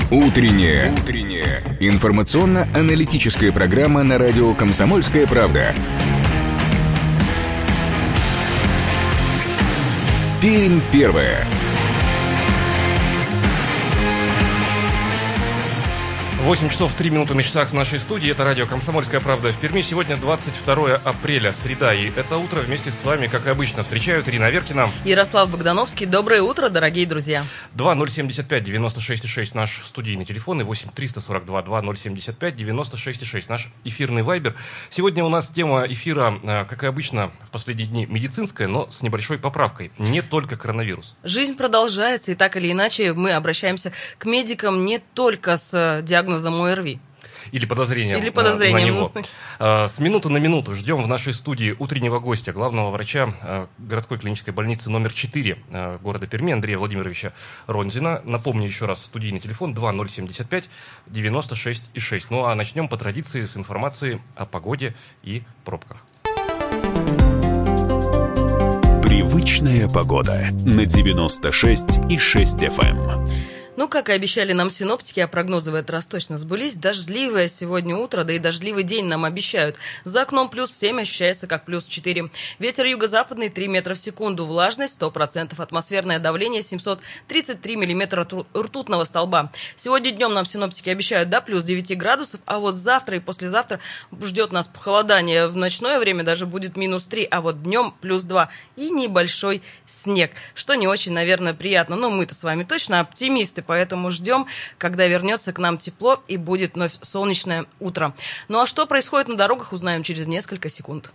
Утренняя информационно-аналитическая программа на радио «Комсомольская правда». Пермь первая. 8 часов 3 минуты на часах в нашей студии. Это радио «Комсомольская правда» в Перми. Сегодня 22 апреля, среда. И это утро вместе с вами, как и обычно, встречают Ирина Аверкина, Ярослав Богдановский. Доброе утро, дорогие друзья. 2075-96-6 наш студийный телефон и 8-342-2075-96-6 наш эфирный вайбер. Сегодня у нас тема эфира, как и обычно, в последние дни медицинская, но с небольшой поправкой. Не только коронавирус. Жизнь продолжается, и так или иначе мы обращаемся к медикам не только с диагнозом ОРВИ. Или подозрением на него. С минуты на минуту ждем в нашей студии утреннего гостя, главного врача городской клинической больницы номер 4 города Перми Андрея Владимировича Ронзина. Напомню еще раз, студийный телефон 2075-96-6. Ну а начнем по традиции с информации о погоде и пробках. Привычная погода на 96,6 FM. Ну, как и обещали нам синоптики, а прогнозы в этот раз точно сбылись, дождливое сегодня утро, да и дождливый день нам обещают. За окном плюс 7 ощущается как плюс 4. Ветер юго-западный 3 метра в секунду, влажность 100%, атмосферное давление 733 миллиметра ртутного столба. Сегодня днем нам синоптики обещают до плюс 9 градусов, а вот завтра и послезавтра ждет нас похолодание. В ночное время даже будет минус 3, а вот днем плюс 2 и небольшой снег, что не очень, наверное, приятно. Но мы-то с вами точно оптимисты, поэтому ждем, когда вернется к нам тепло и будет вновь солнечное утро. Ну а что происходит на дорогах, узнаем через несколько секунд.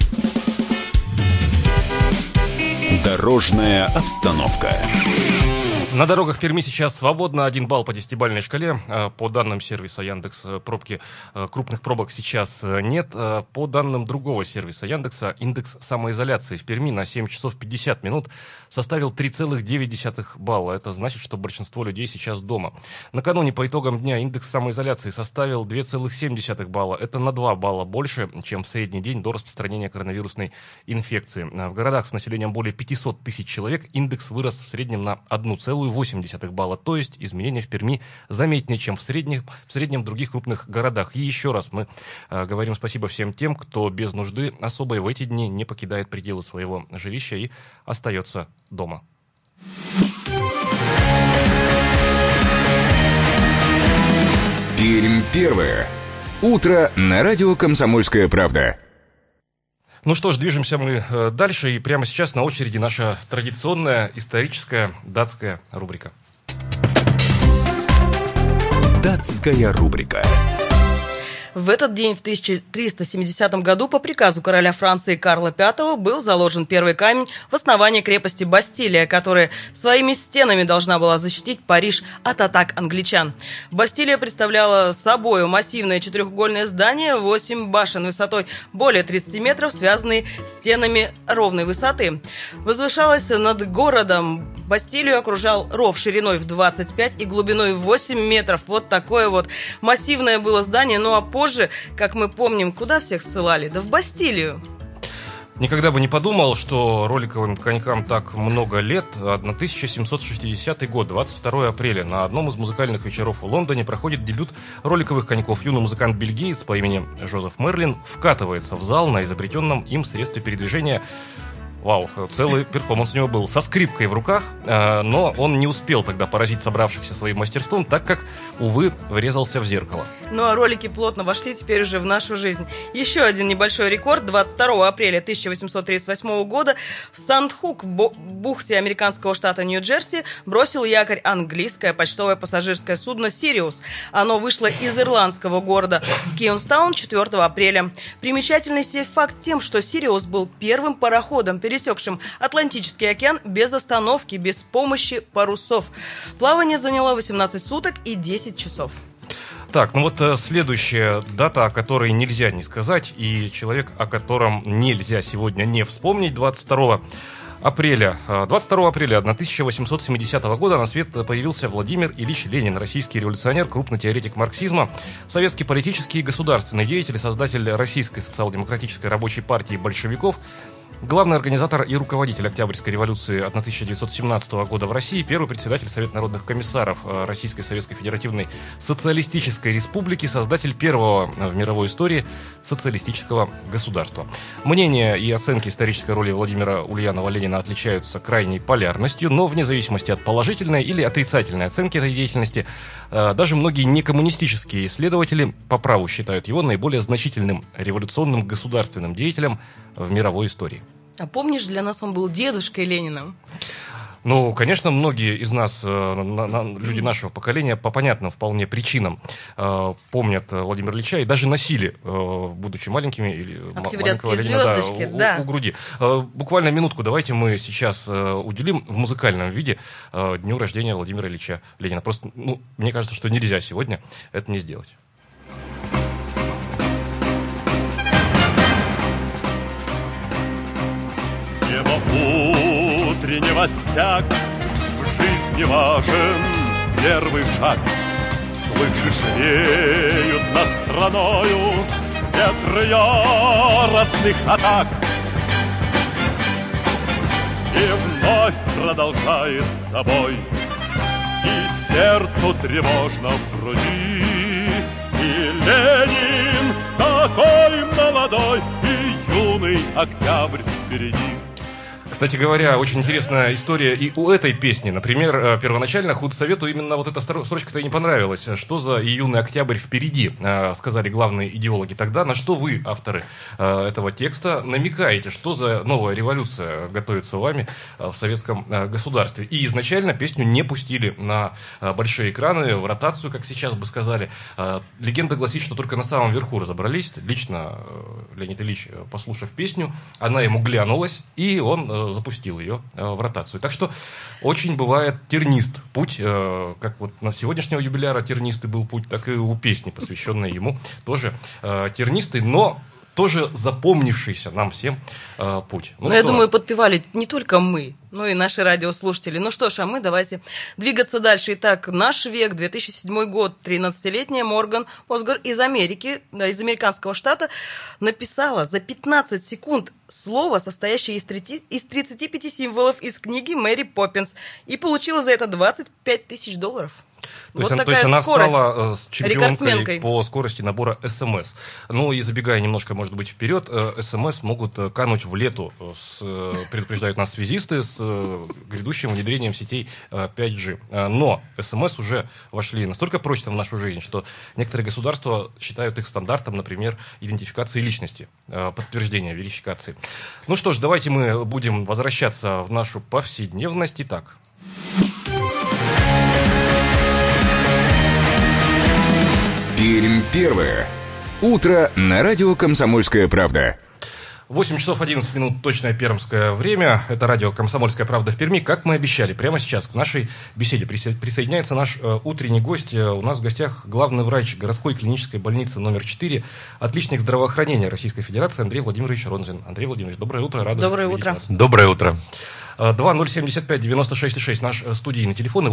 Дорожная обстановка. На дорогах Перми сейчас свободно 1 балл по 10-бальной шкале. По данным сервиса Яндекс пробки, крупных пробок сейчас нет. По данным другого сервиса Яндекса, индекс самоизоляции в Перми на 7 часов 50 минут составил 3,9 балла. Это значит, что большинство людей сейчас дома. Накануне по итогам дня индекс самоизоляции составил 2,7 балла. Это на 2 балла больше, чем в средний день до распространения коронавирусной инфекции. В городах с населением более 500 тысяч человек индекс вырос в среднем на 1,8 балла, то есть изменения в Перми заметнее, чем в среднем в других крупных городах. И еще раз мы говорим спасибо всем тем, кто без нужды особой в эти дни не покидает пределы своего жилища и остается дома. Пермь первая. Утро на радио «Комсомольская правда». Ну что ж, движемся мы дальше, и прямо сейчас на очереди наша традиционная историческая датская рубрика. Датская рубрика. В этот день, в 1370 году, по приказу короля Франции Карла V был заложен первый камень в основании крепости Бастилия, которая своими стенами должна была защитить Париж от атак англичан. Бастилия представляла собой массивное четырехугольное здание, 8 башен высотой более 30 метров, связанные стенами ровной высоты. Возвышалась над городом. Бастилию окружал ров шириной в 25 и глубиной в 8 метров. Вот такое вот массивное было здание. Ну а позже, как мы помним, куда всех ссылали? Да в Бастилию. Никогда бы не подумал, что роликовым конькам так много лет. 1760 год, 22 апреля. На одном из музыкальных вечеров в Лондоне проходит дебют роликовых коньков. Юный музыкант-бельгиец по имени Жозеф Мерлин вкатывается в зал на изобретенном им средстве передвижения. Вау, целый перформанс у него был со скрипкой в руках, но он не успел тогда поразить собравшихся своим мастерством, так как, увы, врезался в зеркало. Ну а ролики плотно вошли теперь уже в нашу жизнь. Еще один небольшой рекорд. 22 апреля 1838 года в Санд-Хук, бухте американского штата Нью-Джерси, бросил якорь английское почтовое пассажирское судно «Сириус». Оно вышло из ирландского города Киунстаун 4 апреля. Примечательный сей факт тем, что «Сириус» был первым пароходом, пересекшим Атлантический океан без остановки, без помощи парусов. Плавание заняло 18 суток и 10 часов. Так, ну вот следующая дата, о которой нельзя не сказать, и человек, о котором нельзя сегодня не вспомнить, 22 апреля 1870 года на свет появился Владимир Ильич Ленин, российский революционер, крупный теоретик марксизма, советский политический и государственный деятель, создатель Российской социал-демократической рабочей партии большевиков, Главный организатор и руководитель Октябрьской революции 1917 года в России, первый председатель Совета народных комиссаров Российской Советской Федеративной Социалистической Республики, создатель первого в мировой истории социалистического государства. Мнения и оценки исторической роли Владимира Ульянова Ленина отличаются крайней полярностью, но вне зависимости от положительной или отрицательной оценки этой деятельности, даже многие некоммунистические исследователи по праву считают его наиболее значительным революционным государственным деятелем в мировой истории. А помнишь, для нас он был дедушкой Ленина? Ну, конечно, многие из нас, люди нашего поколения, по понятным вполне причинам помнят Владимира Ильича и даже носили, будучи маленькими, или октябрятские звездочки, да, у груди. Буквально минутку давайте мы сейчас уделим в музыкальном виде дню рождения Владимира Ильича Ленина. Просто, мне кажется, что нельзя сегодня это не сделать. Утреннего стяг в жизни важен первый шаг. Слышишь, реют над страною ветры яростных атак. И вновь продолжается бой, и сердцу тревожно в груди. И Ленин такой молодой, и юный октябрь впереди. Кстати говоря, очень интересная история и у этой песни. Например, первоначально худсовету именно вот эта строчка-то и не понравилась. Что за «И юный октябрь впереди», сказали главные идеологи тогда. На что вы, авторы этого текста, намекаете? Что за новая революция готовится вами в советском государстве? И изначально песню не пустили на большие экраны, в ротацию, как сейчас бы сказали. Легенда гласит, что только на самом верху разобрались. Лично Леонид Ильич, послушав песню, она ему глянулась, и он запустил ее в ротацию. Так что очень бывает тернист путь, как вот на сегодняшнего юбиляра тернистый был путь, так и у песни, посвященной ему, тоже тернистый, но тоже запомнившийся нам всем путь. Я думаю, подпевали не только мы, но и наши радиослушатели. Ну что ж, а мы давайте двигаться дальше. Итак, наш век, 2007 год, 13-летняя Морган Осгар из Америки, из американского штата, написала за 15 секунд слово, состоящее из 35 символов из книги «Мэри Поппинс», и получила за это $25 тысяч. То есть она стала чемпионкой по скорости набора СМС. Ну и забегая немножко, может быть, вперед, СМС могут кануть в лету, предупреждают нас связисты, с грядущим внедрением сетей 5G. Но СМС уже вошли настолько прочно в нашу жизнь, что некоторые государства считают их стандартом, например, идентификации личности, подтверждения, верификации. Ну что ж, давайте мы будем возвращаться в нашу повседневность. Итак. Пермь первое. Утро на радио «Комсомольская правда». 8 часов 11 минут, точное пермское время. Это радио «Комсомольская правда» в Перми. Как мы обещали, прямо сейчас к нашей беседе присоединяется наш утренний гость. У нас в гостях главный врач городской клинической больницы номер 4, отличник здравоохранения Российской Федерации Андрей Владимирович Ронзин. Андрей Владимирович, доброе утро. Рада видеть вас. Доброе утро. 2075-96-6 наш студийный телефон и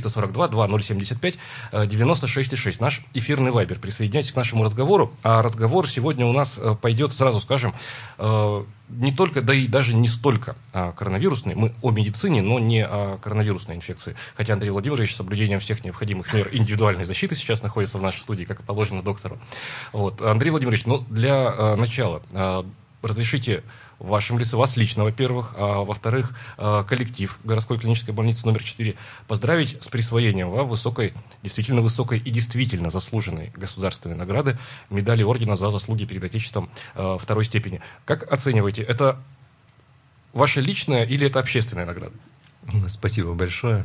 8-342-2075-96-6 наш эфирный вайбер. Присоединяйтесь к нашему разговору. А разговор сегодня у нас пойдет, сразу скажем, не только, да и даже не столько коронавирусный. Мы о медицине, но не о коронавирусной инфекции. Хотя Андрей Владимирович с соблюдением всех необходимых мер индивидуальной защиты сейчас находится в нашей студии, как и положено доктору. Вот. Андрей Владимирович, для начала разрешите в вашем лице, вас лично, во-первых, а во-вторых, коллектив городской клинической больницы номер 4 поздравить с присвоением вам действительно высокой и действительно заслуженной государственной награды, медали ордена за заслуги перед Отечеством второй степени. Как оцениваете, это ваша личная или это общественная награда? Спасибо большое.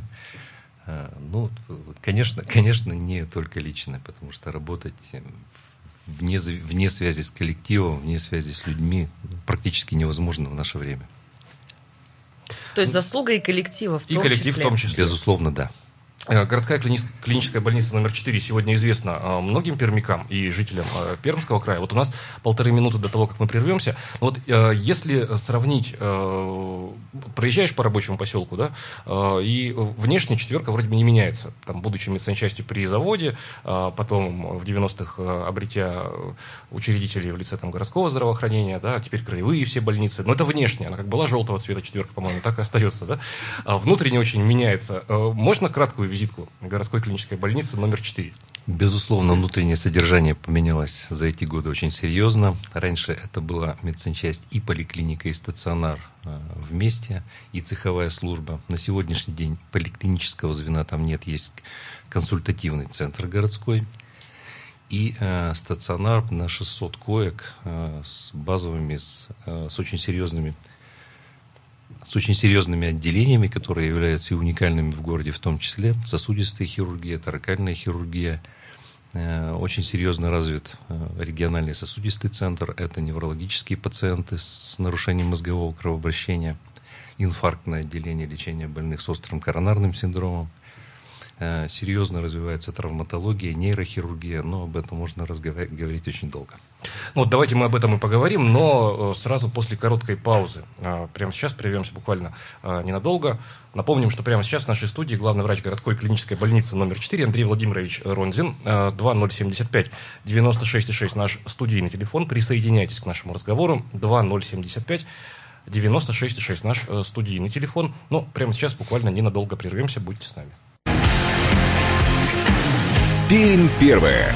Конечно, не только личная, потому что работать вне связи с коллективом, вне связи с людьми практически невозможно в наше время. То есть заслуга и коллектива в том числе. И коллектив в том числе. Безусловно, да. Городская клиническая больница номер 4 сегодня известна многим пермякам и жителям Пермского края. Вот у нас 1,5 минуты до того, как мы прервемся. Вот если сравнить проезжаешь по рабочему поселку, да, и внешне четверка вроде бы не меняется. Там, будучи медсанчастью при заводе, потом в 90-х обретя учредителей в лице там, городского здравоохранения, да, теперь краевые все больницы. Но это внешне, она как была желтого цвета четверка, по-моему, так и остается, да. А внутренне очень меняется. Можно краткую визитку городской клинической больницы номер 4? Безусловно, внутреннее содержание поменялось за эти годы очень серьезно. Раньше это была медсанчасть и поликлиника, и стационар вместе, и цеховая служба. На сегодняшний день поликлинического звена там нет, есть консультативный центр городской и стационар на 600 коек с базовыми, с очень серьезными отделениями, которые являются и уникальными в городе, в том числе сосудистая хирургия, торакальная хирургия. Очень серьезно развит региональный сосудистый центр. Это неврологические пациенты с нарушением мозгового кровообращения, инфарктное отделение лечения больных с острым коронарным синдромом. Серьезно развивается травматология, нейрохирургия, но об этом можно говорить очень долго. Ну, вот давайте мы об этом и поговорим, но сразу после короткой паузы. Прямо сейчас прервемся буквально ненадолго. Напомним, что прямо сейчас в нашей студии главный врач городской клинической больницы номер 4 Андрей Владимирович Ронзин. 2075-96-6 наш студийный телефон. Присоединяйтесь к нашему разговору. 2075-96-6 наш студийный телефон. Но прямо сейчас буквально ненадолго прервемся. Будьте с нами. Пермь первая.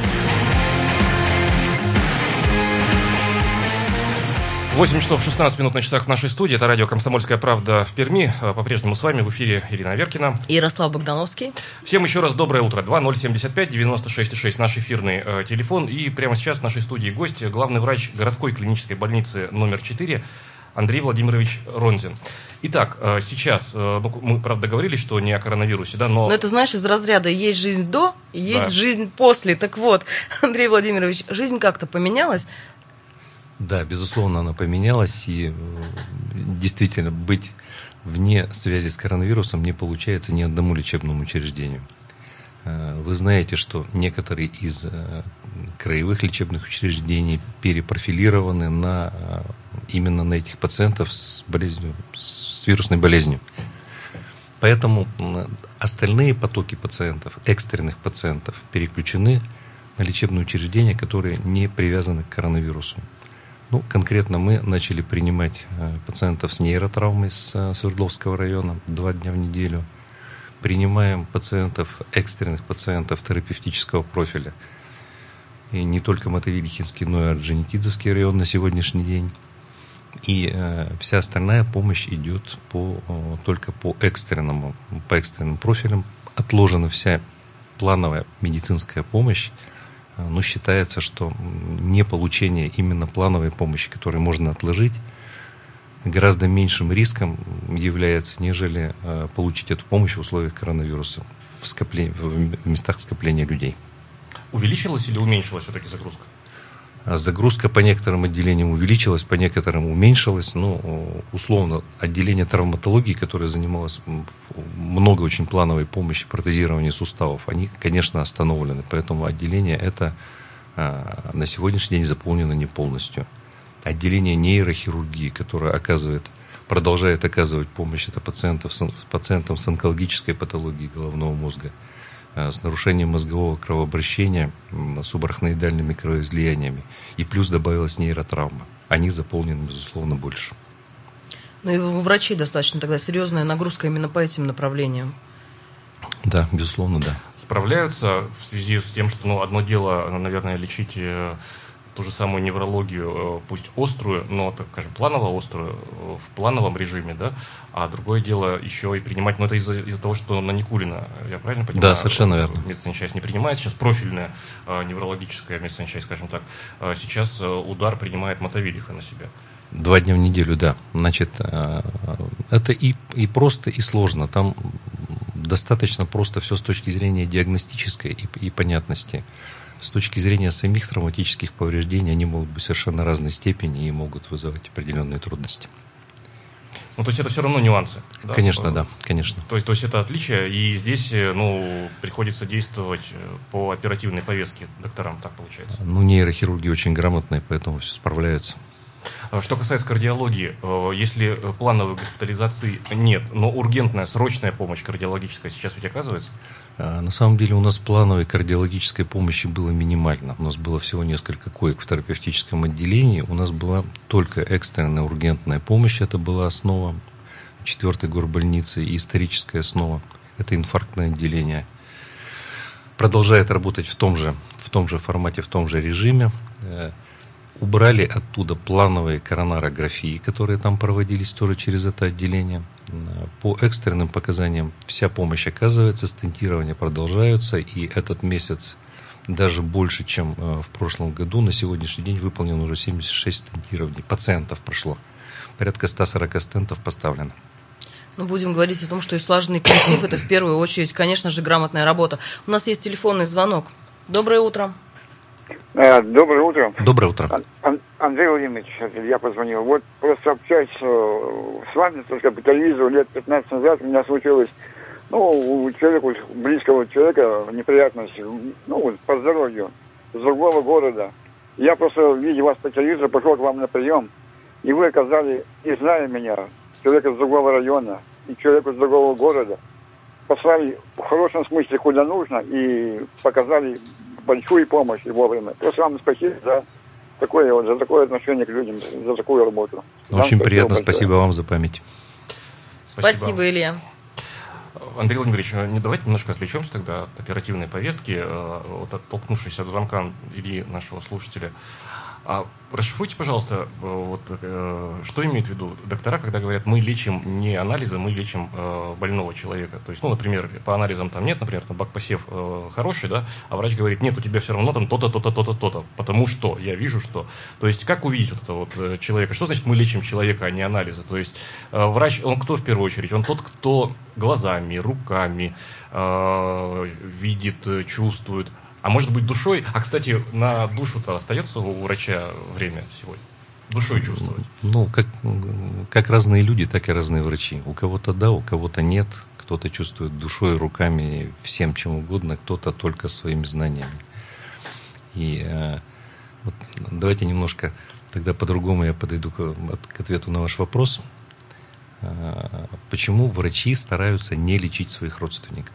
8 часов 16 минут на часах в нашей студии. Это радио «Комсомольская правда» в Перми. По-прежнему с вами в эфире Ирина Аверкина. И Ярослав Богдановский. Всем еще раз доброе утро. 2075-96-6 наш эфирный телефон. И прямо сейчас в нашей студии гость, главный врач городской клинической больницы номер 4 Андрей Владимирович Ронзин. Итак, сейчас, мы, правда, договорились, что не о коронавирусе, да, но... Но это, знаешь, из разряда есть жизнь до, и есть жизнь после. Так вот, Андрей Владимирович, жизнь как-то поменялась? Да, безусловно, она поменялась, и действительно быть вне связи с коронавирусом не получается ни одному лечебному учреждению. Вы знаете, что некоторые из краевых лечебных учреждений перепрофилированы именно на этих пациентов с вирусной болезнью. Поэтому остальные потоки пациентов, экстренных пациентов, переключены на лечебные учреждения, которые не привязаны к коронавирусу. Ну, конкретно мы начали принимать пациентов с нейротравмой с Свердловского района 2 дня в неделю. Принимаем экстренных пациентов терапевтического профиля. И не только Мотовилихинский, но и Орджоникидзевский район на сегодняшний день. И вся остальная помощь идет только по экстренным профилям. Отложена вся плановая медицинская помощь. Но считается, что не получение именно плановой помощи, которую можно отложить, гораздо меньшим риском является, нежели получить эту помощь в условиях коронавируса, в местах скопления людей. Увеличилась или уменьшилась все-таки загрузка? Загрузка по некоторым отделениям увеличилась, по некоторым уменьшилась. Условно, отделение травматологии, которое занималось много очень плановой помощи, протезирования суставов, они, конечно, остановлены. Поэтому отделение это на сегодняшний день заполнено не полностью. Отделение нейрохирургии, которое продолжает оказывать помощь, это пациентам с онкологической патологией головного мозга, с нарушением мозгового кровообращения, субарахноидальными кровоизлияниями. И плюс добавилась нейротравма. Они заполнены, безусловно, больше. Ну и у врачей достаточно тогда серьезная нагрузка именно по этим направлениям. Да, безусловно, да. Справляются в связи с тем, что одно дело, наверное, лечить ту же самую неврологию, пусть острую, но, так скажем, планово-острую, в плановом режиме, да, а другое дело еще и принимать, это из-за того, что на Никулина, я правильно понимаю? Да, совершенно верно. Медсанчасть не принимает, сейчас профильная неврологическая медсанчасть, скажем так, сейчас удар принимает Мотовилиха на себя. 2 дня в неделю, да. Значит, это и просто, и сложно. Там достаточно просто все с точки зрения диагностической и понятности. С точки зрения самих травматических повреждений они могут быть совершенно разной степени и могут вызывать определенные трудности. То есть это все равно нюансы? Да? Конечно, да, конечно. То есть это отличие, и здесь приходится действовать по оперативной повестке докторам, так получается? Нейрохирурги очень грамотные, поэтому все справляются. Что касается кардиологии, если плановой госпитализации нет, но ургентная, срочная помощь кардиологическая сейчас ведь оказывается? На самом деле у нас плановой кардиологической помощи было минимально. У нас было всего несколько коек в терапевтическом отделении. У нас была только экстренная ургентная помощь. Это была основа 4-й горбольницы и историческая основа. Это инфарктное отделение. Продолжает работать в том же формате, в том же режиме. Убрали оттуда плановые коронарографии, которые там проводились тоже через это отделение. По экстренным показаниям вся помощь оказывается, стентирования продолжаются, и этот месяц даже больше, чем в прошлом году. На сегодняшний день выполнено уже 76 стентирований. Пациентов прошло. Порядка 140 стентов поставлено. Ну, будем говорить о том, что и слаженный коллектив – это в первую очередь, конечно же, грамотная работа. У нас есть телефонный звонок. Доброе утро. Доброе утро. Доброе утро. Андрей Владимирович, я позвонил. Вот просто общаюсь с вами только по телевизору лет 15 назад. У меня случилось, у человека, близкого человека неприятность, по здоровью, с другого города. Я просто, видя вас по телевизору, пошел к вам на прием, и вы оказали, и зная меня, человека с другого района и человека с другого города, послали в хорошем смысле куда нужно и показали большую помощь и вовремя. Просто вам спасибо за такое отношение к людям, за такую работу. Очень приятно, спасибо вам за память. Спасибо, Илья. Андрей Владимирович, давайте немножко отвлечемся тогда от оперативной повестки, оттолкнувшись от звонка Ильи, нашего слушателя. Расшифруйте, пожалуйста, что имеют в виду доктора, когда говорят, мы лечим не анализы, мы лечим больного человека. То есть, например, по анализам там нет, например, там бак-посев хороший, да, а врач говорит, нет, у тебя все равно там то-то, то-то, то-то, то-то, потому что я вижу, что. То есть, как увидеть человека? Что значит мы лечим человека, а не анализы? То есть, врач, он кто в первую очередь? Он тот, кто глазами, руками видит, чувствует. А может быть душой? А, кстати, на душу-то остается у врача время сегодня? Душой чувствовать? Как разные люди, так и разные врачи. У кого-то да, у кого-то нет. Кто-то чувствует душой, руками, всем чем угодно, кто-то только своими знаниями. И давайте немножко тогда по-другому я подойду к ответу на ваш вопрос. Почему врачи стараются не лечить своих родственников?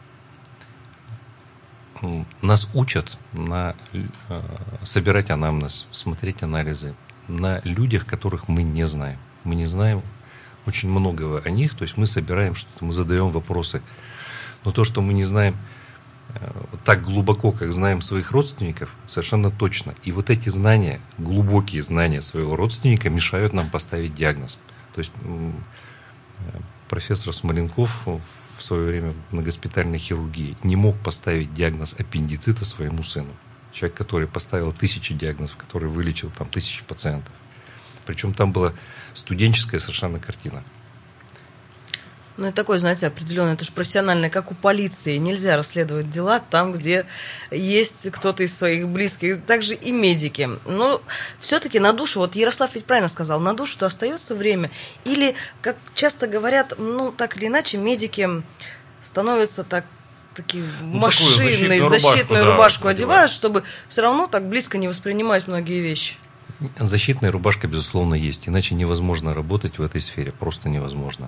Нас учат собирать анамнез, смотреть анализы на людях, которых мы не знаем. Мы не знаем очень многого о них, то есть мы собираем что-то, мы задаем вопросы. Но то, что мы не знаем так глубоко, как знаем своих родственников, совершенно точно. И вот эти знания, глубокие знания своего родственника мешают нам поставить диагноз. То есть профессор Смоленков в свое время на госпитальной хирургии не мог поставить диагноз аппендицита своему сыну. Человек, который поставил 1000 диагнозов, который вылечил там 1000 пациентов. Причем там была студенческая совершенно картина. Ну, это такое, знаете, определенное, это же профессиональное, как у полиции. Нельзя расследовать дела там, где есть кто-то из своих близких. Также и медики. Но все-таки на душу, вот Ярослав ведь правильно сказал, на душу-то остается время. Или, как часто говорят, так или иначе, медики становятся такие машинной, защитную рубашку одевают, чтобы все равно так близко не воспринимать многие вещи. Защитная рубашка, безусловно, есть. Иначе невозможно работать в этой сфере. Просто невозможно.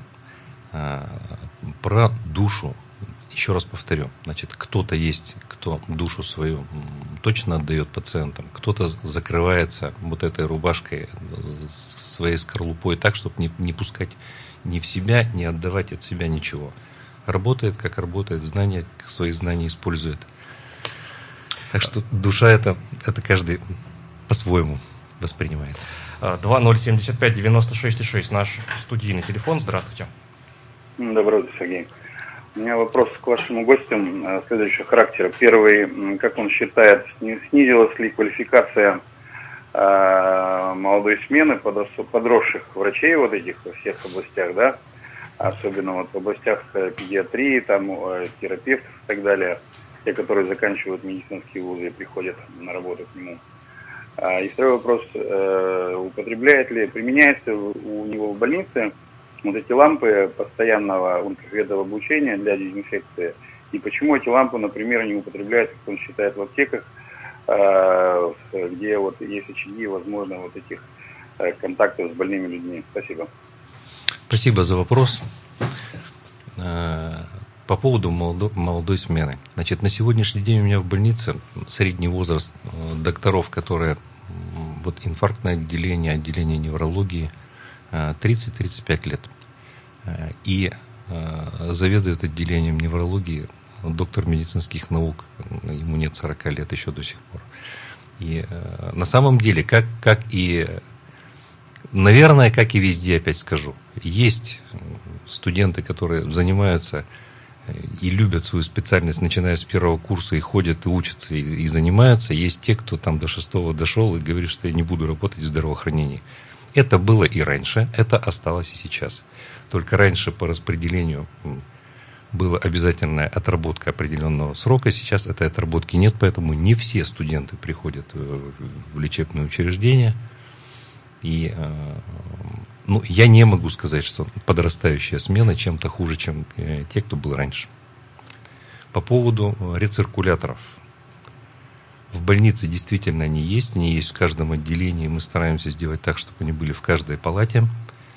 Про душу, еще раз повторю, значит, кто-то есть, кто душу свою точно отдает пациентам, кто-то закрывается вот этой рубашкой, своей скорлупой так, чтобы не пускать ни в себя, не отдавать от себя ничего. Работает, как работает, знания, как свои знания использует. Так что душа это каждый по-своему воспринимает. 2075-96-6, наш студийный телефон. Здравствуйте. Доброе утро, Сергей. У меня вопрос к вашему гостю следующего характера. Первый, как он считает, снизилась ли квалификация молодой смены подросших врачей вот этих во всех областях, да, особенно вот в областях педиатрии, там, терапевтов и так далее, те, которые заканчивают медицинские вузы и приходят на работу к нему. И второй вопрос, применяется у него в больнице вот эти лампы постоянного ультрафиолетового обучения для дезинфекции, и почему эти лампы, например, не употребляются, как он считает, в аптеках, где вот есть очаги, возможно, вот этих контактов с больными людьми. Спасибо. Спасибо за вопрос. По поводу молодой смены. Значит, на сегодняшний день у меня в больнице средний возраст докторов, которые вот инфарктное отделение неврологии 30-35 лет. И заведует отделением неврологии доктор медицинских наук. Ему нет 40 лет еще до сих пор. И на самом деле, как и, наверное, как и везде, опять скажу, есть студенты, которые занимаются и любят свою специальность, начиная с первого курса, и ходят, и учатся, и занимаются. Есть те, кто там до 6-го дошел и говорит, что я не буду работать в здравоохранении. Это было и раньше, это осталось и сейчас. Только раньше по распределению была обязательная отработка определенного срока, сейчас этой отработки нет, поэтому не все студенты приходят в лечебные учреждения. И я не могу сказать, что подрастающая смена чем-то хуже, чем те, кто был раньше. По поводу рециркуляторов. В больнице действительно они есть в каждом отделении. Мы стараемся сделать так, чтобы они были в каждой палате.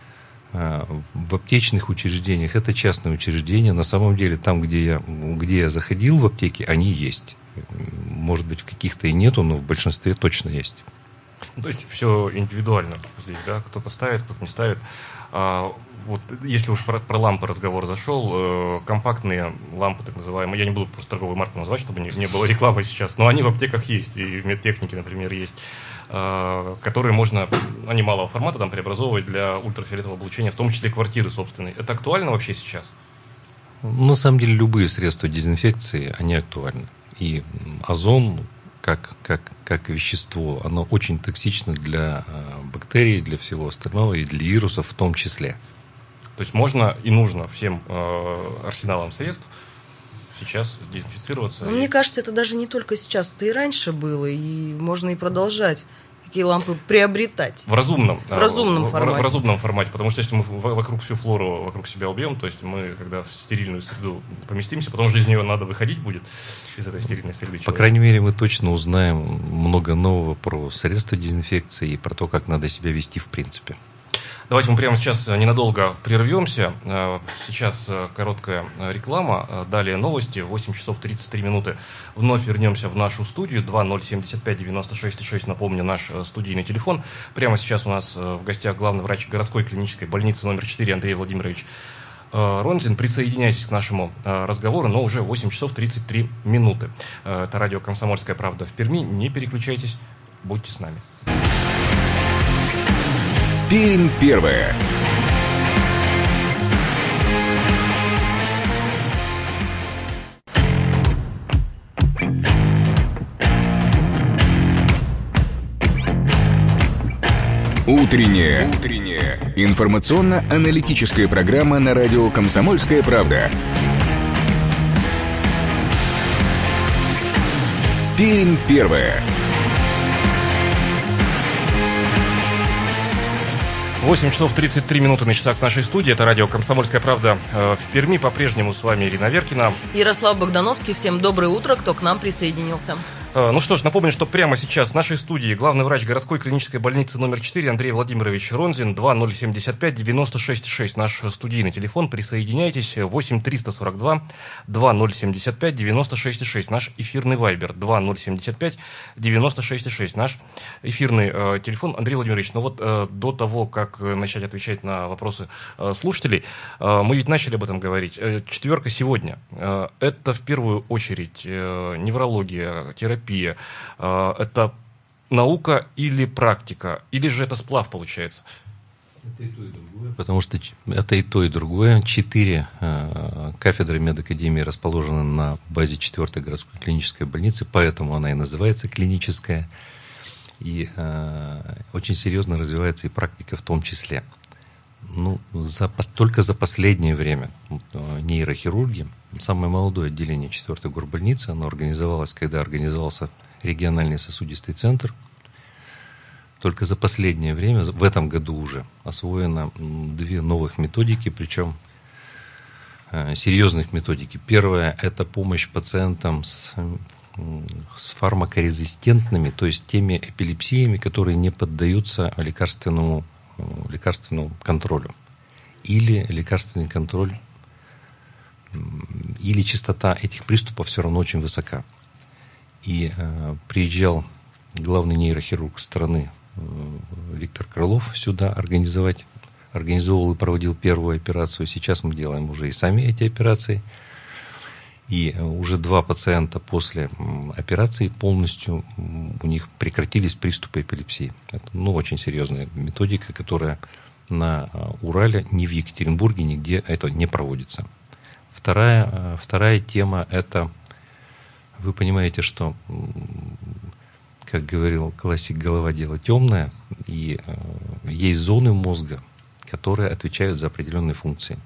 В аптечных учреждениях, это частные учреждения, на самом деле там, где я заходил в аптеки, они есть. Может быть, в каких-то и нету, но в большинстве точно есть. То есть все индивидуально здесь, да? Кто-то ставит, кто-то не ставит. Вот если уж про лампы разговор зашел, компактные лампы, так называемые, я не буду просто торговую марку назвать, чтобы не было рекламы сейчас, но они в аптеках есть, и в медтехнике, например, есть, которые можно, они малого формата там преобразовывать для ультрафиолетового облучения, в том числе квартиры собственной. Это актуально вообще сейчас? На самом деле любые средства дезинфекции, они актуальны. И озон, как вещество, оно очень токсично для бактерий, для всего остального, и для вирусов в том числе. То есть можно и нужно всем арсеналам средств сейчас дезинфицироваться? Мне кажется, это даже не только сейчас, это и раньше было, и можно и продолжать такие лампы приобретать. В разумном формате. В разумном формате, потому что если мы вокруг всю флору вокруг себя убьем, то есть мы, когда в стерильную среду поместимся, потом же из нее надо выходить будет, из этой стерильной среды. По крайней мере, мы точно узнаем много нового про средства дезинфекции и про то, как надо себя вести в принципе. Давайте мы прямо сейчас ненадолго прервемся. Сейчас короткая реклама, далее новости, 8 часов 33 минуты. Вновь вернемся в нашу студию, 2075-96-6, напомню, наш студийный телефон. Прямо сейчас у нас в гостях главный врач городской клинической больницы номер 4 Андрей Владимирович Ронзин. Присоединяйтесь к нашему разговору, но уже 8 часов 33 минуты. Это радио «Комсомольская правда» в Перми. Не переключайтесь, будьте с нами. Пермь первая. Утренняя информационно-аналитическая программа на радио «Комсомольская правда». Пермь первая. 8 часов 33 минуты на часах нашей студии. Это радио «Комсомольская правда» в Перми. По-прежнему с вами Ирина Веркина. Ярослав Богдановский. Всем доброе утро, кто к нам присоединился. Ну что ж, напомню, что прямо сейчас в нашей студии главный врач городской клинической больницы номер 4 Андрей Владимирович Ронзин. 2075-96-6 наш студийный телефон. Присоединяйтесь. 8-342-2075-96-6 наш эфирный вайбер. 2075-96-6 наш эфирный телефон. Андрей Владимирович, ну вот до того, как начать отвечать на вопросы слушателей, мы ведь начали об этом говорить. Четверка сегодня. Это в первую очередь неврология, терапия. Это наука или практика? Или же это сплав получается? Это и то, и другое. Потому что это и то, и другое. 4 кафедры медакадемии расположены на базе 4-й городской клинической больницы, поэтому она и называется клиническая. И очень серьезно развивается и практика в том числе. Ну, только за последнее время нейрохирургия, самое молодое отделение 4-й горбольницы, оно организовалось, когда организовался региональный сосудистый центр. Только за последнее время, в этом году уже, освоено 2 новых методики, причем серьезных методики. Первая – это помощь пациентам с с фармакорезистентными, то есть теми эпилепсиями, которые не поддаются лекарственному контролю. Или лекарственный контроль, или частота этих приступов все равно очень высока. И приезжал главный нейрохирург страны Виктор Крылов сюда организовывал и проводил первую операцию. Сейчас мы делаем уже и сами эти операции. И уже 2 пациента после операции полностью у них прекратились приступы эпилепсии. Это очень серьезная методика, которая на Урале, ни в Екатеринбурге, нигде это не проводится. Вторая тема – это, вы понимаете, что, как говорил классик, голова – дело темное, и есть зоны мозга, которые отвечают за определенные функции.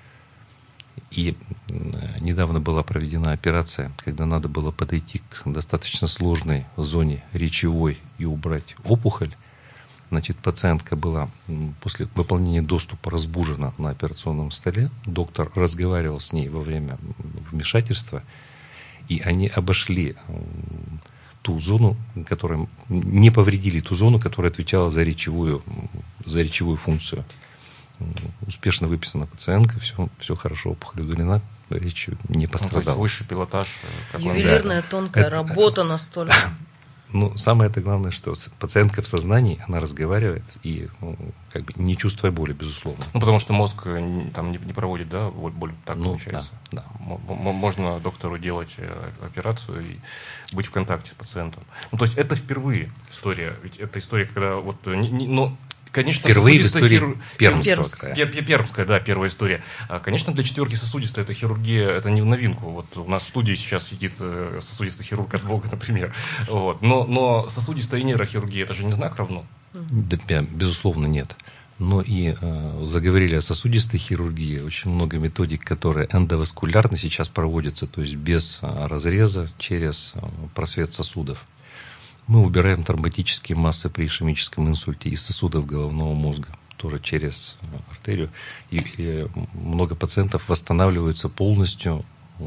И недавно была проведена операция, когда надо было подойти к достаточно сложной зоне речевой и убрать опухоль. Значит, пациентка была после выполнения доступа разбужена на операционном столе. Доктор разговаривал с ней во время вмешательства, и они обошли ту зону, которая не повредили ту зону, которая отвечала за речевую функцию. Успешно выписана пациентка, все хорошо, опухоль удалена, речь не пострадала. То есть высший пилотаж. Ювелирная, тонкая работа настолько. Самое это главное, что пациентка в сознании, она разговаривает и не чувствуя боли, безусловно. Потому что мозг там не проводит, да, боль, так получается. Да. Можно доктору делать операцию и быть в контакте с пациентом. То есть это впервые история, ведь это история, когда конечно, впервые в истории Пермского края. Пермская, да, первая история. Конечно, для четверки сосудистой эта хирургия, это не в новинку. Вот у нас в студии сейчас сидит сосудистый хирург от Бога, например. Вот. Но сосудистая и нейрохирургия, это же не знак равно? Да, безусловно, нет. Но и заговорили о сосудистой хирургии. Очень много методик, которые эндоваскулярно сейчас проводятся, то есть без разреза, через просвет сосудов. Мы убираем тромботические массы при ишемическом инсульте из сосудов головного мозга, тоже через артерию. И много пациентов восстанавливаются полностью.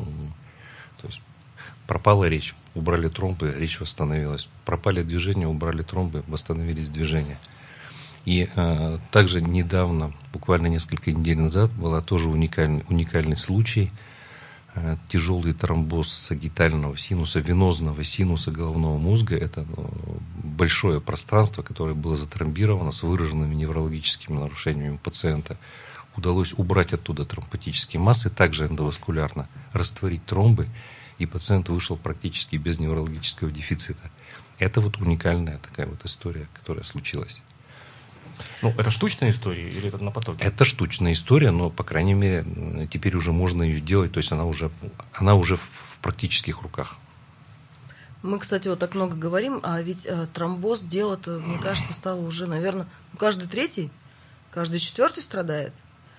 То есть пропала речь, убрали тромбы, речь восстановилась. Пропали движения, убрали тромбы, восстановились движения. И также недавно, буквально несколько недель назад, был тоже уникальный случай. Тяжелый тромбоз сагитального синуса, венозного синуса головного мозга. Это большое пространство, которое было затромбировано с выраженными неврологическими нарушениями пациента. Удалось убрать оттуда тромботические массы, также эндоваскулярно, растворить тромбы, и пациент вышел практически без неврологического дефицита. Это уникальная такая история, которая случилась. Это штучная история или это на потоке? Это штучная история, но, по крайней мере, теперь уже можно ее делать, то есть она уже в практических руках. Мы, кстати, так много говорим, а ведь тромбоз дело-то, мне кажется, стало уже, наверное, каждый третий, каждый четвертый страдает.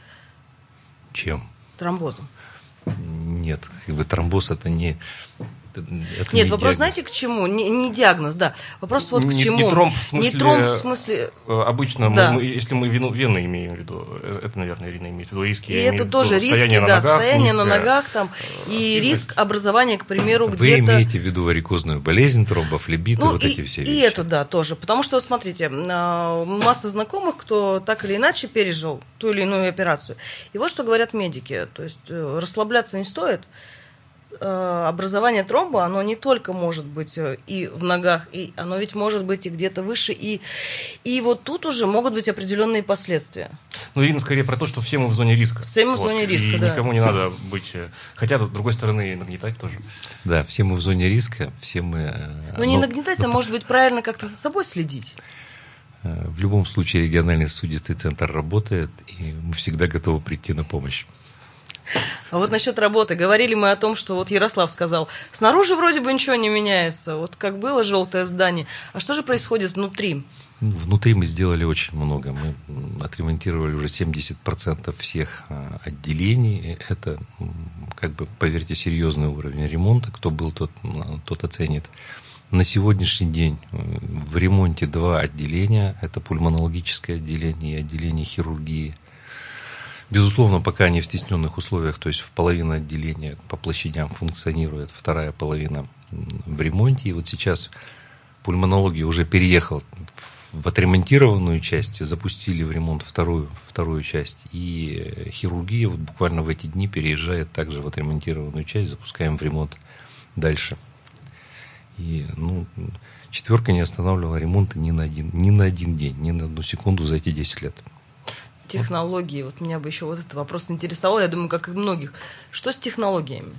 Чем? Тромбозом. Нет, тромбоз это не... Нет, вопрос, знаете, к чему? Не диагноз, да. Вопрос к чему? Не тромб в смысле... Обычно, да. если мы вены имеем в виду, это, наверное, Ирина имеет в виду риски. И это тоже риски, состояние на ногах, и риск образования, к примеру, где-то... Вы имеете в виду варикозную болезнь, тромбофлебиты, эти все вещи? И это, да, тоже. Потому что, смотрите, масса знакомых, кто так или иначе пережил ту или иную операцию. И вот что говорят медики. То есть расслабляться не стоит. Образование тромба, оно не только может быть и в ногах, и оно ведь может быть и где-то выше, и вот тут уже могут быть определенные последствия. Ирина, скорее про то, что все мы в зоне риска. Все мы в зоне риска, и да. Никому не надо быть... Хотя, с другой стороны, нагнетать тоже. Да, все мы в зоне риска, все мы... Не нагнетать, а может быть правильно как-то за собой следить. В любом случае региональный сосудистый центр работает, и мы всегда готовы прийти на помощь. А вот насчет работы. Говорили мы о том, что Ярослав сказал, снаружи вроде бы ничего не меняется. Как было желтое здание. А что же происходит внутри? Внутри мы сделали очень много. Мы отремонтировали уже 70% всех отделений. Это, поверьте, серьезный уровень ремонта. Кто был, тот оценит. На сегодняшний день в ремонте 2 отделения. Это пульмонологическое отделение и отделение хирургии. Безусловно, пока они в стесненных условиях, то есть в половина отделения по площадям функционирует, вторая половина в ремонте. И вот сейчас пульмонология уже переехала в отремонтированную часть, запустили в ремонт вторую часть. И хирургия вот буквально в эти дни переезжает также в отремонтированную часть, запускаем в ремонт дальше. И, четверка не останавливала ремонта ни на один день, ни на одну секунду за эти 10 лет. Технологии. Вот меня бы еще вот этот вопрос интересовал. Я думаю, как и многих. Что с технологиями?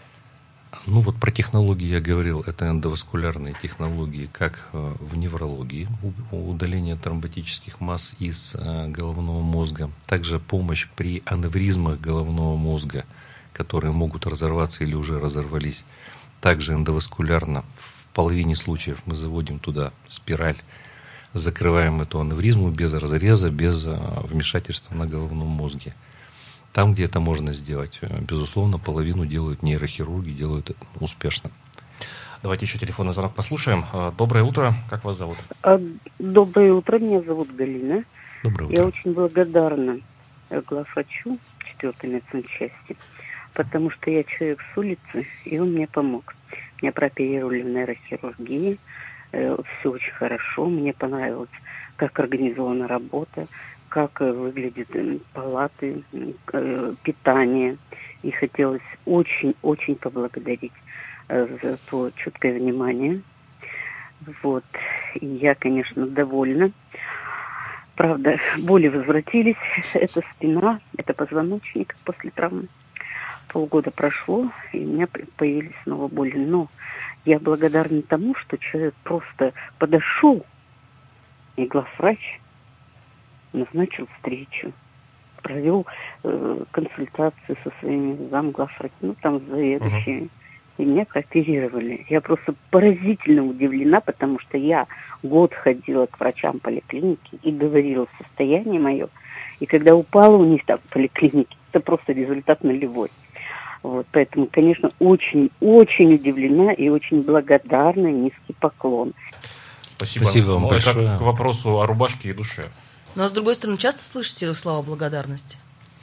Вот про технологии я говорил. Это эндоваскулярные технологии, как в неврологии, удаление тромботических масс из головного мозга. Также помощь при аневризмах головного мозга, которые могут разорваться или уже разорвались. Также эндоваскулярно. В половине случаев мы заводим туда спираль, закрываем эту аневризму без разреза, без вмешательства на головном мозге. Там, где это можно сделать, безусловно, половину делают нейрохирурги, делают это успешно. Давайте еще телефонный звонок послушаем. Доброе утро, как вас зовут? Доброе утро, меня зовут Галина. Доброе утро. Я очень благодарна главврачу 4-й медсанчасти, потому что я человек с улицы, и он мне помог. Меня прооперировали в нейрохирургии. Все очень хорошо. Мне понравилось, как организована работа, как выглядят палаты, питание. И хотелось очень-очень поблагодарить за то чуткое внимание. Вот. И я, конечно, довольна. Правда, боли возвратились. Это спина, это позвоночник после травмы. Полгода прошло, и у меня появились снова боли. Но я благодарна тому, что человек просто подошел, и главврач назначил встречу, провел консультацию со своими замглавврачами, заведующими, и меня прооперировали. Я просто поразительно удивлена, потому что я год ходила к врачам поликлиники и говорила состояние мое, и когда упала у них там в поликлинике, это просто результат нулевой. Вот, поэтому, конечно, очень-очень удивлена и очень благодарна, низкий поклон. Спасибо вам большое. Это к вопросу о рубашке и душе. Ну, а с другой стороны, часто слышите слова благодарности?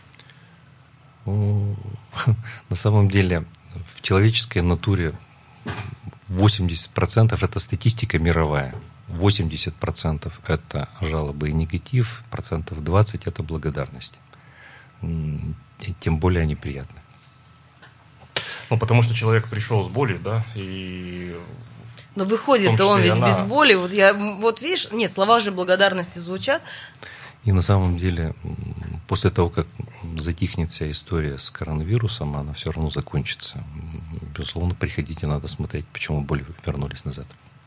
На самом деле, в человеческой натуре 80% это статистика мировая. 80% это жалобы и негатив, 20% это благодарность. Тем более они приятны. Потому что человек пришел с болью, да, и... Но выходит он ведь без боли. Вот видишь, нет, слова же благодарности звучат. И на самом деле, после того, как затихнет вся история с коронавирусом, она все равно закончится. Безусловно, приходите, надо смотреть, почему боли вернулись назад.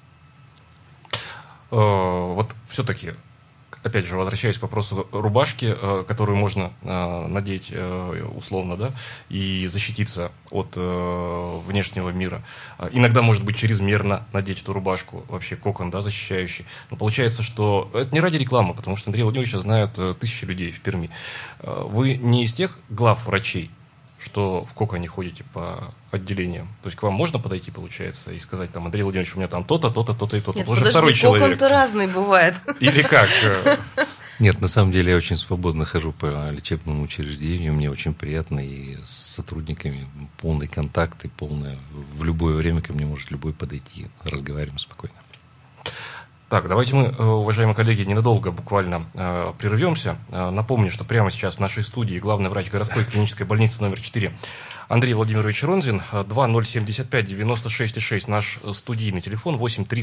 Вот все-таки, опять же, возвращаясь к вопросу рубашки, которую можно надеть условно, да, и защититься от внешнего мира. Иногда, может быть, чрезмерно надеть эту рубашку, вообще кокон, да, защищающий. Но получается, что это не ради рекламы, потому что Андрея Владимировича знают тысячи людей в Перми. Вы не из тех главврачей, что в коконе ходите по отделениям. То есть к вам можно подойти, получается, и сказать, там, Андрей Владимирович, у меня там то-то, то-то, то-то и то-то. Нет, уже подожди, второй человек. кокон-то разный бывает. Или как? Нет, на самом деле я очень свободно хожу по лечебному учреждению, мне очень приятно, и с сотрудниками полный контакт, и полное, в любое время ко мне может любой подойти, разговариваем спокойно. Так, давайте мы, уважаемые коллеги, ненадолго буквально прервемся. Напомню, что прямо сейчас в нашей студии главный врач городской клинической больницы номер 4 Андрей Владимирович Ронзин. 2075-96-6 наш студийный телефон,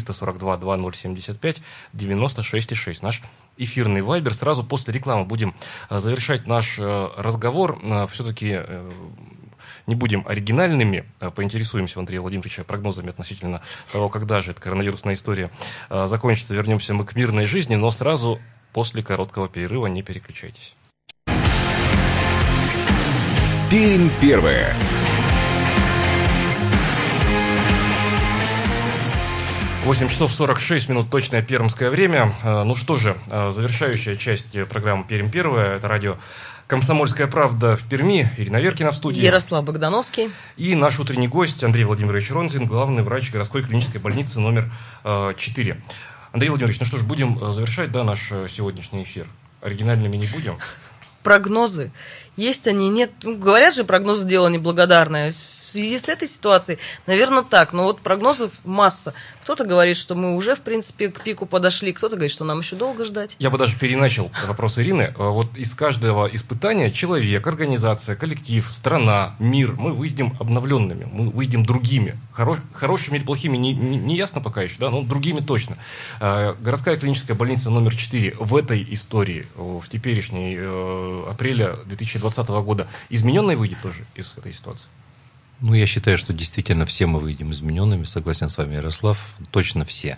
8-342-2075-96-6 наш эфирный вайбер. Сразу после рекламы будем завершать наш разговор. Все-таки не будем оригинальными, поинтересуемся у Андрея Владимировича прогнозами относительно того, когда же эта коронавирусная история закончится. Вернемся мы к мирной жизни, но сразу после короткого перерыва. Не переключайтесь. Пермь первая. Восемь часов 46 минут, точное пермское время. Ну что же, завершающая часть программы «Пермь первая». Это радио «Комсомольская правда» в Перми. Ирина Веркина в студии. Ярослав Богдановский. И наш утренний гость Андрей Владимирович Ронзин, главный врач городской клинической больницы номер 4. Андрей Владимирович, ну что ж, будем завершать, да, наш сегодняшний эфир. Оригинальными не будем. Прогнозы. Есть они, нет. Ну, говорят же, прогнозы дело неблагодарное. связи с этой ситуацией, наверное, так. Но вот прогнозов масса. Кто-то говорит, что мы уже, в принципе, к пику подошли, кто-то говорит, что нам еще долго ждать. Я бы даже переначал вопрос Ирины. Вот из каждого испытания человек, организация, коллектив, страна, мир, мы выйдем обновленными, мы выйдем другими. Хорошими или плохими не ясно пока еще, да, но другими точно. Городская клиническая больница номер 4 в этой истории, в теперешней апреля 2020 года, измененной выйдет тоже из этой ситуации? Ну, я считаю, что действительно все мы выйдем измененными, согласен с вами, Ярослав, точно все.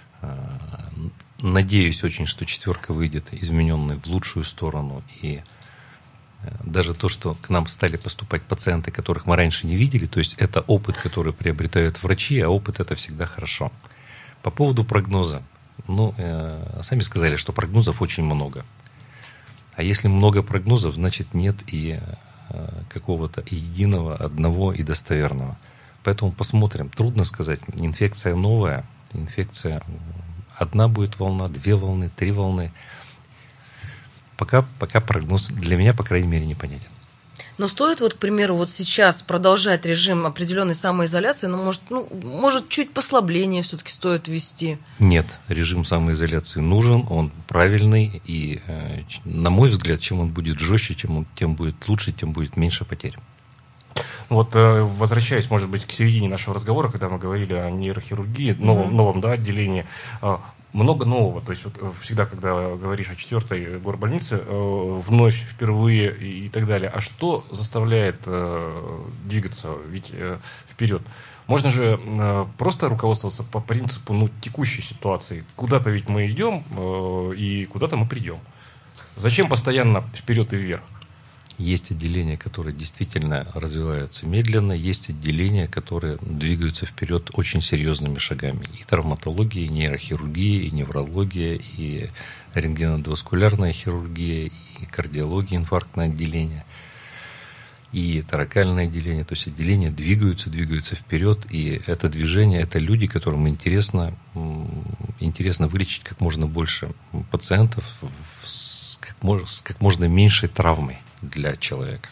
Надеюсь очень, что четверка выйдет измененной в лучшую сторону, и даже то, что к нам стали поступать пациенты, которых мы раньше не видели, то есть это опыт, который приобретают врачи, а опыт это всегда хорошо. По поводу прогноза, ну, сами сказали, что прогнозов очень много. А если много прогнозов, значит нет и какого-то единого, одного и достоверного. Поэтому посмотрим. Трудно сказать. Инфекция новая. Инфекция одна будет волна, 2 волны, 3 волны. Пока прогноз для меня, по крайней мере, непонятен. Но стоит, вот, к примеру, вот сейчас продолжать режим определенной самоизоляции, может, чуть послабление все-таки стоит ввести? Нет, режим самоизоляции нужен, он правильный, и, на мой взгляд, чем он будет жестче, тем будет лучше, тем будет меньше потерь. Вот, возвращаясь, может быть, к середине нашего разговора, когда мы говорили о нейрохирургии, новом да, отделении, много нового. То есть вот всегда, когда говоришь о 4-й горбольнице, вновь, впервые и так далее. А что заставляет двигаться ведь вперед? Можно же просто руководствоваться по принципу текущей ситуации. Куда-то ведь мы идем, и куда-то мы придем. Зачем постоянно вперед и вверх? Есть отделения, которые действительно развиваются медленно, есть отделения, которые двигаются вперед очень серьезными шагами. И травматология, и нейрохирургия, и неврология, и рентгеноваскулярная хирургия, и кардиология, инфарктное отделение, и торакальное отделение. То есть отделения двигаются вперед, и это движение, это люди, которым интересно вылечить как можно больше пациентов с как можно меньшей травмой для человека.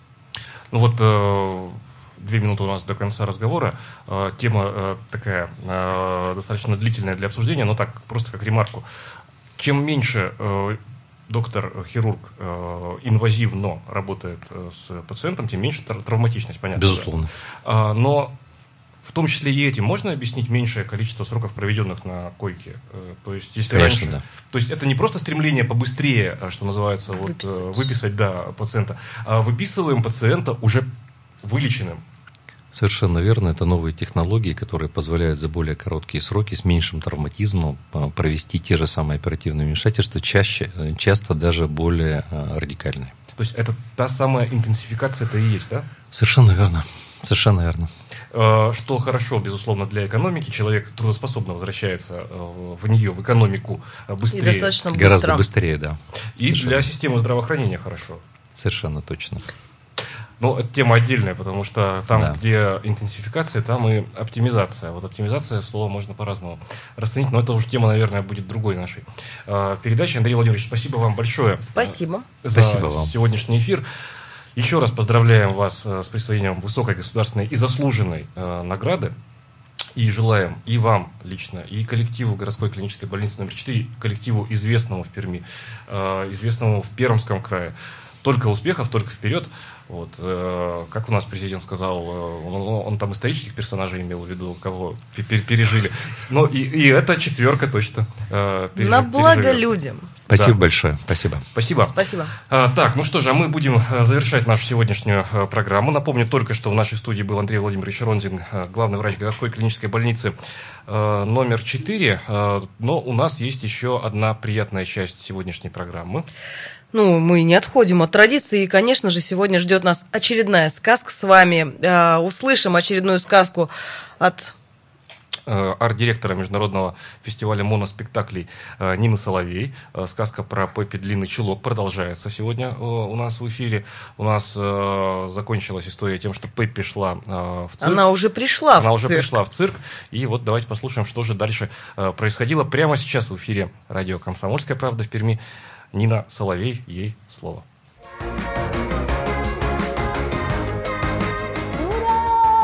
Ну вот 2 минуты у нас до конца разговора. Тема такая достаточно длительная для обсуждения, но так, просто как ремарку. Чем меньше доктор-хирург инвазивно работает с пациентом, тем меньше травматичность, понятно. Безусловно. Да? Но в том числе и этим можно объяснить меньшее количество сроков, проведенных на койке? То есть, если конечно, раньше, да. То есть это не просто стремление побыстрее, что называется, выписать пациента, а выписываем пациента уже вылеченным. Совершенно верно. Это новые технологии, которые позволяют за более короткие сроки с меньшим травматизмом провести те же самые оперативные вмешательства, часто даже более радикальные. То есть это та самая интенсификация, это и есть, да? Совершенно верно. Совершенно верно. Что хорошо, безусловно, для экономики. Человек трудоспособно возвращается в нее, в экономику, быстрее. И достаточно быстро. Гораздо быстрее, да. И совершенно. Для системы здравоохранения хорошо. Совершенно точно. Ну, это тема отдельная, потому что там, да, где интенсификация, там и оптимизация. Вот оптимизация, слово можно по-разному расценить, но это уже тема, наверное, будет другой нашей передачи. Андрей Владимирович, спасибо вам большое. Спасибо. За сегодняшний эфир. Еще раз поздравляем вас с присвоением высокой государственной и заслуженной награды. И желаем и вам лично, и коллективу городской клинической больницы номер 4, коллективу, известному в Перми, известному в Пермском крае, только успехов, только вперед. Вот, как у нас президент сказал, он там исторических персонажей имел в виду, кого пережили. Но и эта 4 точно на благо людям. Спасибо большое. Спасибо. Спасибо. Так, ну что же, а мы будем завершать нашу сегодняшнюю программу. Напомню только, что в нашей студии был Андрей Владимирович Ронзин, главный врач городской клинической больницы номер 4. Но у нас есть еще одна приятная часть сегодняшней программы. Мы не отходим от традиции, и, конечно же, сегодня ждет нас очередная сказка с вами. Услышим очередную сказку от арт-директора международного фестиваля моноспектаклей Нины Соловей. Сказка про Пеппи Длинный Чулок продолжается сегодня у нас в эфире. У нас закончилась история тем, что Пеппи шла в цирк. Она уже пришла в цирк. И вот давайте послушаем, что же дальше происходило прямо сейчас в эфире радио «Комсомольская правда» в Перми. Нина Соловей, ей слово. Ура!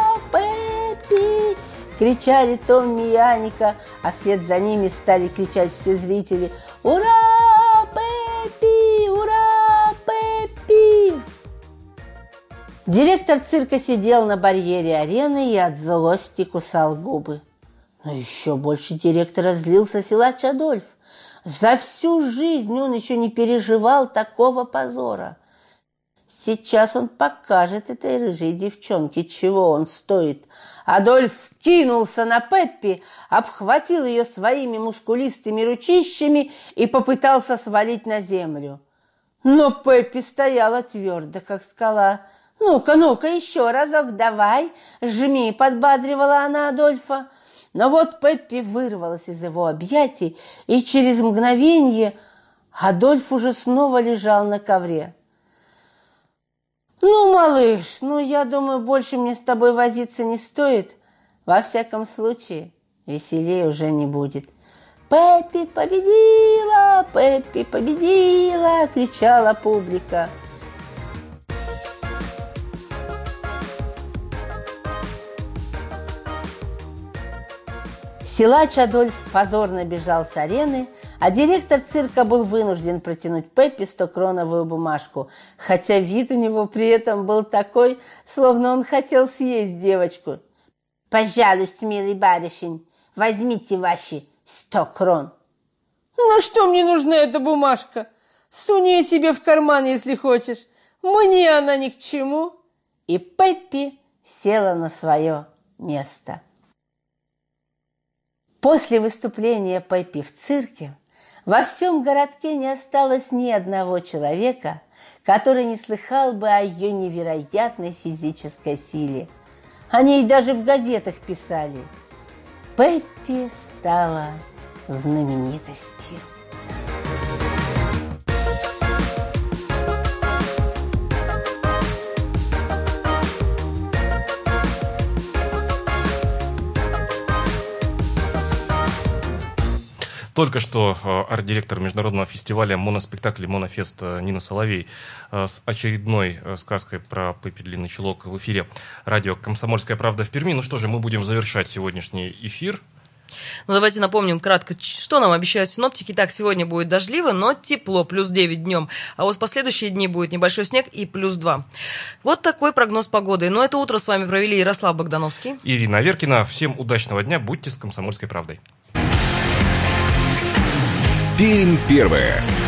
кричали Томми и Аника, а вслед за ними стали кричать все зрители: «Ура, Пеппи! Ура, Пеппи!» Директор цирка сидел на барьере арены и от злости кусал губы. Но еще больше директора злился силач Адольф. За всю жизнь он еще не переживал такого позора. Сейчас он покажет этой рыжей девчонке, чего он стоит. Адольф кинулся на Пеппи, обхватил ее своими мускулистыми ручищами и попытался свалить на землю. Но Пеппи стояла твердо, как скала. «Ну-ка, ну-ка, еще разок давай!» «Жми!» – подбадривала она Адольфа. Но вот Пеппи вырвалась из его объятий, и через мгновение Адольф уже снова лежал на ковре. «Ну, малыш, я думаю, больше мне с тобой возиться не стоит. Во всяком случае, веселее уже не будет». «Пеппи победила! Пеппи победила!» – кричала публика. Силач Адольф позорно бежал с арены, а директор цирка был вынужден протянуть Пеппи 100-кроновую бумажку, хотя вид у него при этом был такой, словно он хотел съесть девочку. «Пожалуйста, милый барышень, возьмите ваши 100 крон». «На что мне нужна эта бумажка? Сунь ее себе в карман, если хочешь. Мне она ни к чему». И Пеппи села на свое место. После выступления Пеппи в цирке во всем городке не осталось ни одного человека, который не слыхал бы о ее невероятной физической силе. О ней даже в газетах писали. Пеппи стала знаменитостью. Только что арт-директор международного фестиваля моноспектаклей «Монофест» Нина Соловей с очередной сказкой про Пеппи Длинный Чулок в эфире радио «Комсомольская правда» в Перми. Ну что же, мы будем завершать сегодняшний эфир. Давайте напомним кратко, что нам обещают синоптики. Так, сегодня будет дождливо, но тепло, плюс 9 днем. А вот в последующие дни будет небольшой снег и плюс 2. Вот такой прогноз погоды. Но это утро с вами провели Ярослав Богдановский, Ирина Аверкина. Всем удачного дня, будьте с «Комсомольской правдой». Пермь первая.